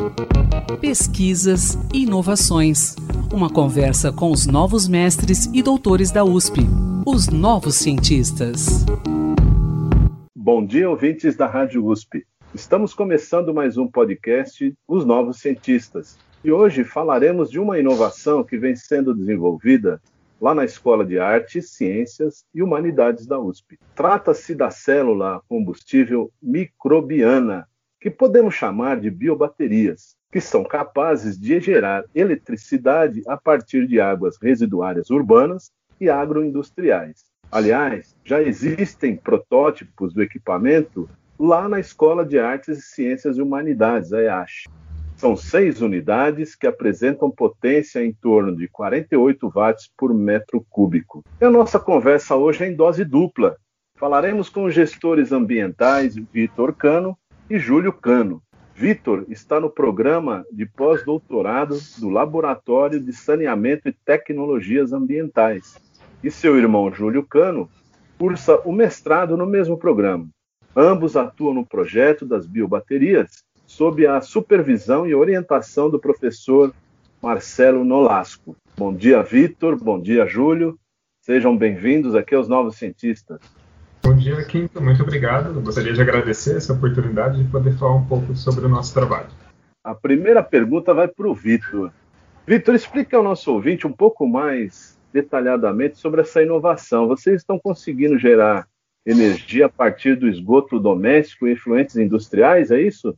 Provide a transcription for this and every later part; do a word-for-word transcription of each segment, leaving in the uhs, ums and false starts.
Pesquisas e inovações. Uma conversa com os novos mestres e doutores da U S P, os novos cientistas. Bom dia, ouvintes da Rádio U S P. Estamos começando mais um podcast, Os Novos Cientistas. E hoje falaremos de uma inovação que vem sendo desenvolvida lá na Escola de Artes, Ciências e Humanidades da U S P. Trata-se da célula combustível microbiana, que podemos chamar de biobaterias, que são capazes de gerar eletricidade a partir de águas residuárias urbanas e agroindustriais. Aliás, já existem protótipos do equipamento lá na Escola de Artes, Ciências e Humanidades, a EACH. São seis unidades que apresentam potência em torno de quarenta e oito watts por metro cúbico. E a nossa conversa hoje é em dose dupla. Falaremos com os gestores ambientais Vitor Cano e Júlio Cano. Vitor está no programa de pós-doutorado do Laboratório de Saneamento e Tecnologias Ambientais. E seu irmão Júlio Cano cursa o mestrado no mesmo programa. Ambos atuam no projeto das biobaterias, sob a supervisão e orientação do professor Marcelo Nolasco. Bom dia, Vitor. Bom dia, Júlio. Sejam bem-vindos aqui aos Novos Cientistas. Bom dia, Quinto. Muito obrigado. Eu gostaria de agradecer essa oportunidade de poder falar um pouco sobre o nosso trabalho. A primeira pergunta vai para o Vitor. Vitor, explica ao nosso ouvinte um pouco mais detalhadamente sobre essa inovação. Vocês estão conseguindo gerar energia a partir do esgoto doméstico e efluentes industriais, é isso?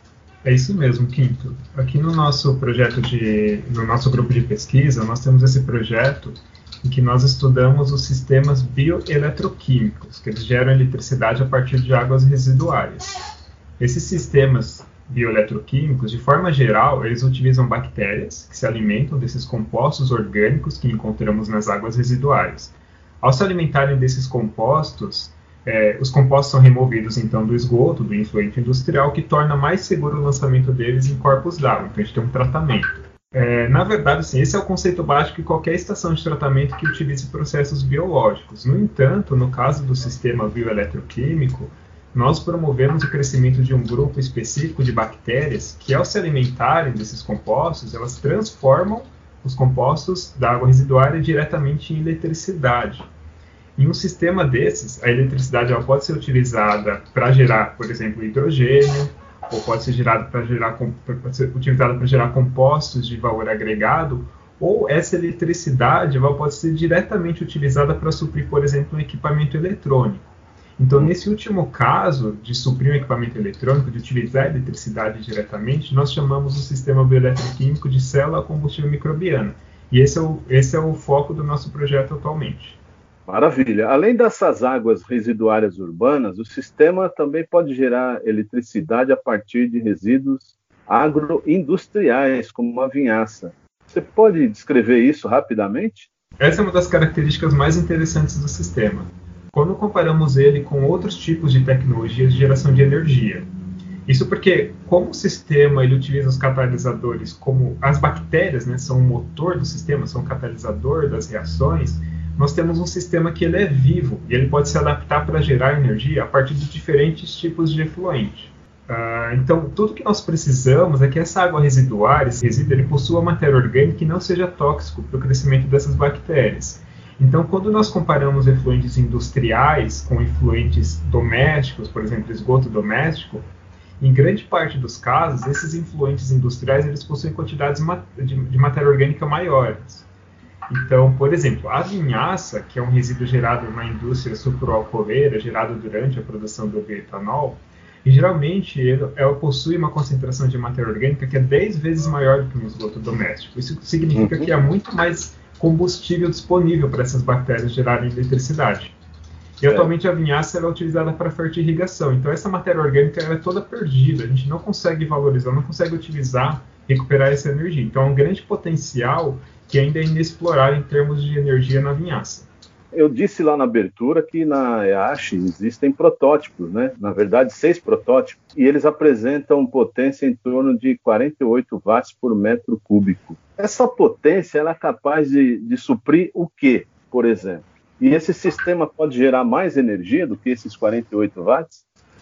É isso mesmo, Quinto. Aqui no nosso projeto de, no nosso grupo de pesquisa, nós temos esse projeto em que nós estudamos os sistemas bioeletroquímicos, que eles geram eletricidade a partir de águas residuárias. Esses sistemas bioeletroquímicos, de forma geral, eles utilizam bactérias que se alimentam desses compostos orgânicos que encontramos nas águas residuárias. Ao se alimentarem desses compostos, É, os compostos são removidos, então, do esgoto, do efluente industrial, que torna mais seguro o lançamento deles em corpos d'água. Então, a gente tem um tratamento. É, na verdade, assim, esse é o conceito básico de qualquer estação de tratamento que utilize processos biológicos. No entanto, no caso do sistema bioeletroquímico, nós promovemos o crescimento de um grupo específico de bactérias que, ao se alimentarem desses compostos, elas transformam os compostos da água residuária diretamente em eletricidade. Em um sistema desses, a eletricidade ela pode ser utilizada para gerar, por exemplo, hidrogênio, ou pode ser, gerado para gerar, pode ser utilizada para gerar compostos de valor agregado, ou essa eletricidade ela pode ser diretamente utilizada para suprir, por exemplo, um equipamento eletrônico. Então, nesse último caso, de suprir um equipamento eletrônico, de utilizar a eletricidade diretamente, nós chamamos o sistema bioeletroquímico de célula combustível microbiana. E esse é o, esse é o foco do nosso projeto atualmente. Maravilha. Além dessas águas residuárias urbanas, o sistema também pode gerar eletricidade a partir de resíduos agroindustriais, como a vinhaça. Você pode descrever isso rapidamente? Essa é uma das características mais interessantes do sistema. Quando comparamos ele com outros tipos de tecnologias de geração de energia. Isso porque, como o sistema ele utiliza os catalisadores, como as bactérias, né, são o motor do sistema, são o catalisador das reações, nós temos um sistema que ele é vivo e ele pode se adaptar para gerar energia a partir de diferentes tipos de efluente. Uh, então, tudo que nós precisamos é que essa água residuária, esse resíduo, ele possua matéria orgânica que não seja tóxico para o crescimento dessas bactérias. Então, quando nós comparamos efluentes industriais com efluentes domésticos, por exemplo, esgoto doméstico, em grande parte dos casos, esses efluentes industriais eles possuem quantidades de matéria orgânica maiores. Então, por exemplo, a vinhaça, que é um resíduo gerado na indústria sucroalcooleira, gerado durante a produção do bioetanol, e geralmente ele, ela possui uma concentração de matéria orgânica que é dez vezes maior do que um esgoto doméstico. Isso significa que há muito mais combustível disponível para essas bactérias gerarem eletricidade. E atualmente a vinhaça ela é utilizada para fertirrigação. Então essa matéria orgânica ela é toda perdida, a gente não consegue valorizar, não consegue utilizar, recuperar essa energia. Então é um grande potencial que ainda é inexplorado em termos de energia na vinhaça. Eu disse lá na abertura que na EACH existem protótipos, né? Na verdade, seis protótipos, e eles apresentam potência em torno de quarenta e oito watts por metro cúbico. Essa potência ela é capaz de, de suprir o quê, por exemplo? E esse sistema pode gerar mais energia do que esses quarenta e oito watts?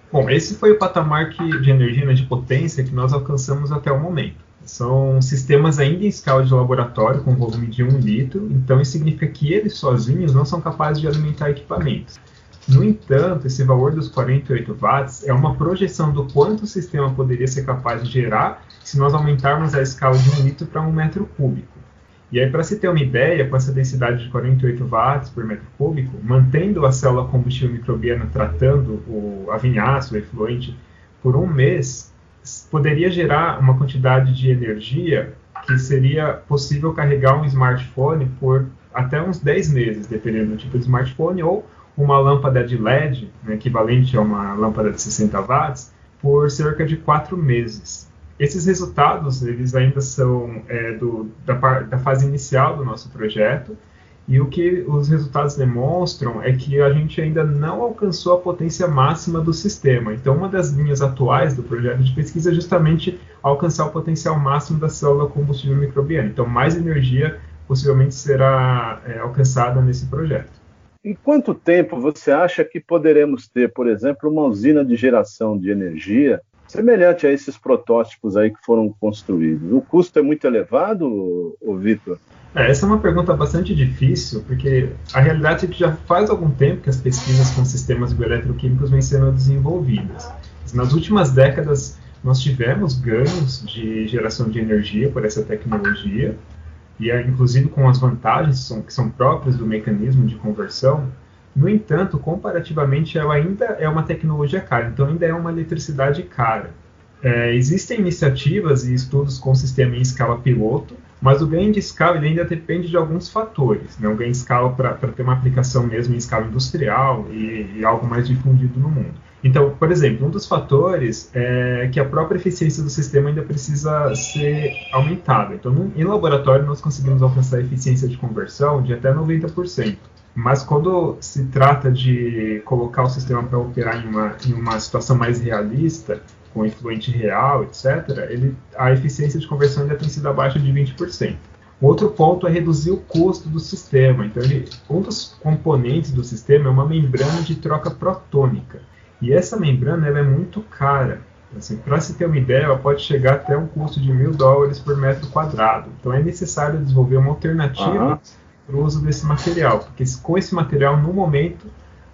Bom, esse foi o patamar que, de energia, né, de potência que nós alcançamos até o momento. São sistemas ainda em escala de laboratório, com volume de um litro, então isso significa que eles sozinhos não são capazes de alimentar equipamentos. No entanto, esse valor dos quarenta e oito watts é uma projeção do quanto o sistema poderia ser capaz de gerar se nós aumentarmos a escala de um litro para um metro cúbico. E aí, para se ter uma ideia, com essa densidade de quarenta e oito watts por metro cúbico, mantendo a célula combustível microbiana tratando o, a vinhaça, o efluente, por um mês, poderia gerar uma quantidade de energia que seria possível carregar um smartphone por até uns dez meses, dependendo do tipo de smartphone, ou uma lâmpada de L E D, né, equivalente a uma lâmpada de sessenta watts, por cerca de quatro meses. Esses resultados, eles ainda são é, do, da, da fase inicial do nosso projeto, e o que os resultados demonstram é que a gente ainda não alcançou a potência máxima do sistema. Então, uma das linhas atuais do projeto de pesquisa é justamente alcançar o potencial máximo da célula combustível microbiana. Então, mais energia possivelmente será é, alcançada nesse projeto. Em quanto tempo você acha que poderemos ter, por exemplo, uma usina de geração de energia semelhante a esses protótipos aí que foram construídos? O custo é muito elevado, ô Vitor? É, essa é uma pergunta bastante difícil, porque a realidade é que já faz algum tempo que as pesquisas com sistemas bioeletroquímicos vêm sendo desenvolvidas. Nas últimas décadas, nós tivemos ganhos de geração de energia por essa tecnologia, e inclusive com as vantagens que são, que são próprias do mecanismo de conversão. No entanto, comparativamente, ela ainda é uma tecnologia cara, então ainda é uma eletricidade cara. É, existem iniciativas e estudos com o sistema em escala piloto, mas o ganho de escala ele ainda depende de alguns fatores, né? O ganho de escala para ter uma aplicação mesmo em escala industrial e, e algo mais difundido no mundo. Então, por exemplo, um dos fatores é que a própria eficiência do sistema ainda precisa ser aumentada. Então, no, em laboratório, nós conseguimos alcançar a eficiência de conversão de até noventa por cento. Mas quando se trata de colocar o sistema para operar em uma, em uma situação mais realista, com efluente real, etcétera, ele, a eficiência de conversão ainda tem sido abaixo de vinte por cento. Outro ponto é reduzir o custo do sistema. Então, ele, um dos componentes do sistema é uma membrana de troca protônica. E essa membrana ela é muito cara. Assim, para se ter uma ideia, ela pode chegar até um custo de mil dólares por metro quadrado. Então, é necessário desenvolver uma alternativa uhum. para o uso desse material, porque com esse material, no momento,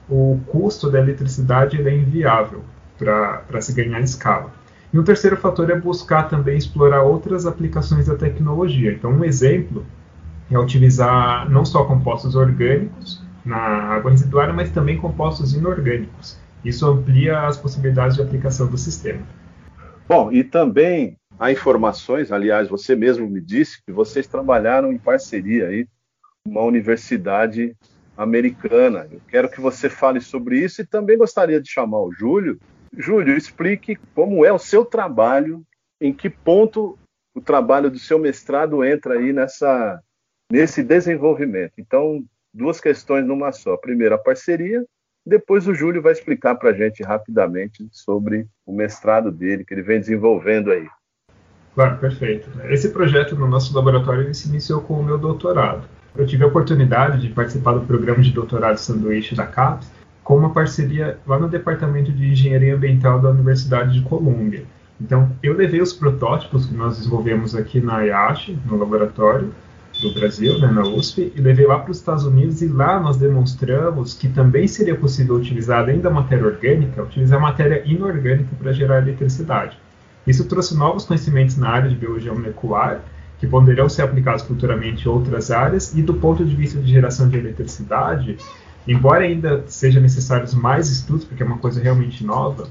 o custo da eletricidade ele é inviável para se ganhar em escala. E um terceiro fator é buscar também explorar outras aplicações da tecnologia. Então, um exemplo é utilizar não só compostos orgânicos na água residuária, mas também compostos inorgânicos. Isso amplia as possibilidades de aplicação do sistema. Bom, e também há informações, aliás, você mesmo me disse que vocês trabalharam em parceria aí com uma universidade americana. Eu quero que você fale sobre isso e também gostaria de chamar o Júlio. Júlio, explique como é o seu trabalho, em que ponto o trabalho do seu mestrado entra aí nessa, nesse desenvolvimento. Então, duas questões numa só. Primeiro, a parceria, depois o Júlio vai explicar para a gente rapidamente sobre o mestrado dele, que ele vem desenvolvendo aí. Claro, perfeito. Esse projeto no nosso laboratório ele se iniciou com o meu doutorado. Eu tive a oportunidade de participar do programa de doutorado sanduíche da CAPES, com uma parceria lá no Departamento de Engenharia Ambiental da Universidade de Colômbia. Então, eu levei os protótipos que nós desenvolvemos aqui na I A S H, no laboratório do Brasil, né, na U S P, e levei lá para os Estados Unidos, e lá nós demonstramos que também seria possível utilizar, além da matéria orgânica, utilizar matéria inorgânica para gerar eletricidade. Isso trouxe novos conhecimentos na área de biologia molecular, que poderão ser aplicados futuramente em outras áreas, e do ponto de vista de geração de eletricidade, embora ainda sejam necessários mais estudos, porque é uma coisa realmente nova,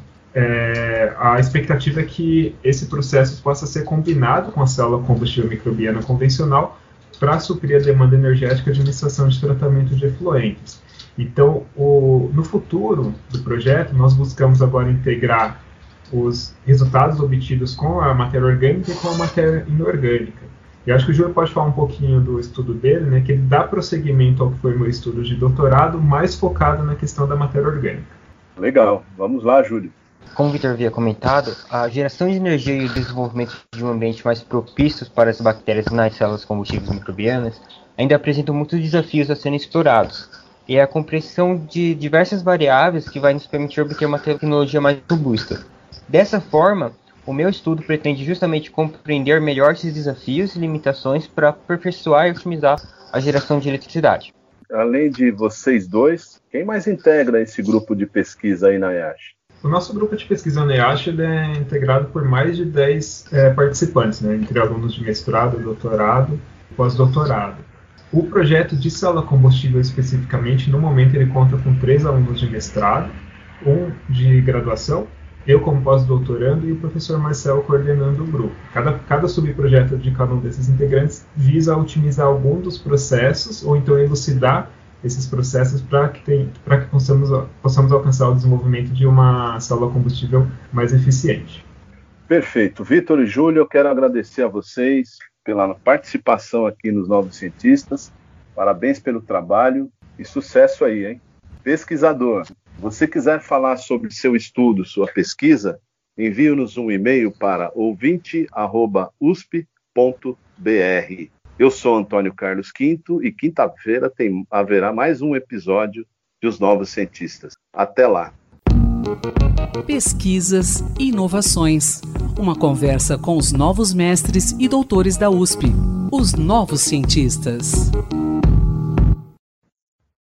é, a expectativa é que esse processo possa ser combinado com a célula combustível microbiana convencional para suprir a demanda energética de uma estação de tratamento de efluentes. Então, o, no futuro do projeto, nós buscamos agora integrar os resultados obtidos com a matéria orgânica e com a matéria inorgânica. E acho que o Júlio pode falar um pouquinho do estudo dele, né, que ele dá prosseguimento ao que foi meu estudo de doutorado, mais focado na questão da matéria orgânica. Legal. Vamos lá, Júlio. Como o Vitor havia comentado, a geração de energia e o desenvolvimento de um ambiente mais propício para as bactérias nas células combustíveis microbianas ainda apresentam muitos desafios a serem explorados. e a compreensão de diversas variáveis que vai nos permitir obter uma tecnologia mais robusta. Dessa forma, o meu estudo pretende justamente compreender melhor esses desafios e limitações para aperfeiçoar e otimizar a geração de eletricidade. Além de vocês dois, quem mais integra esse grupo de pesquisa aí na I A S H? O nosso grupo de pesquisa na I A S H ele é integrado por mais de dez é, participantes, né, entre alunos de mestrado, doutorado e pós-doutorado. O projeto de célula combustível especificamente, no momento, ele conta com três alunos de mestrado, um de graduação, eu como pós-doutorando e o professor Marcel coordenando o grupo. Cada, cada subprojeto de cada um desses integrantes visa otimizar algum dos processos ou então elucidar esses processos para que, tem, para que possamos, possamos alcançar o desenvolvimento de uma célula combustível mais eficiente. Perfeito. Vitor e Júlio, eu quero agradecer a vocês pela participação aqui nos Novos Cientistas. Parabéns pelo trabalho e sucesso aí, hein? Pesquisador, se você quiser falar sobre seu estudo, sua pesquisa, envie-nos um e-mail para ouvinte arroba usp ponto br. Eu sou Antônio Carlos Quinto e quinta-feira tem, haverá mais um episódio de Os Novos Cientistas. Até lá! Pesquisas e inovações. Uma conversa com os novos mestres e doutores da U S P. Os Novos Cientistas.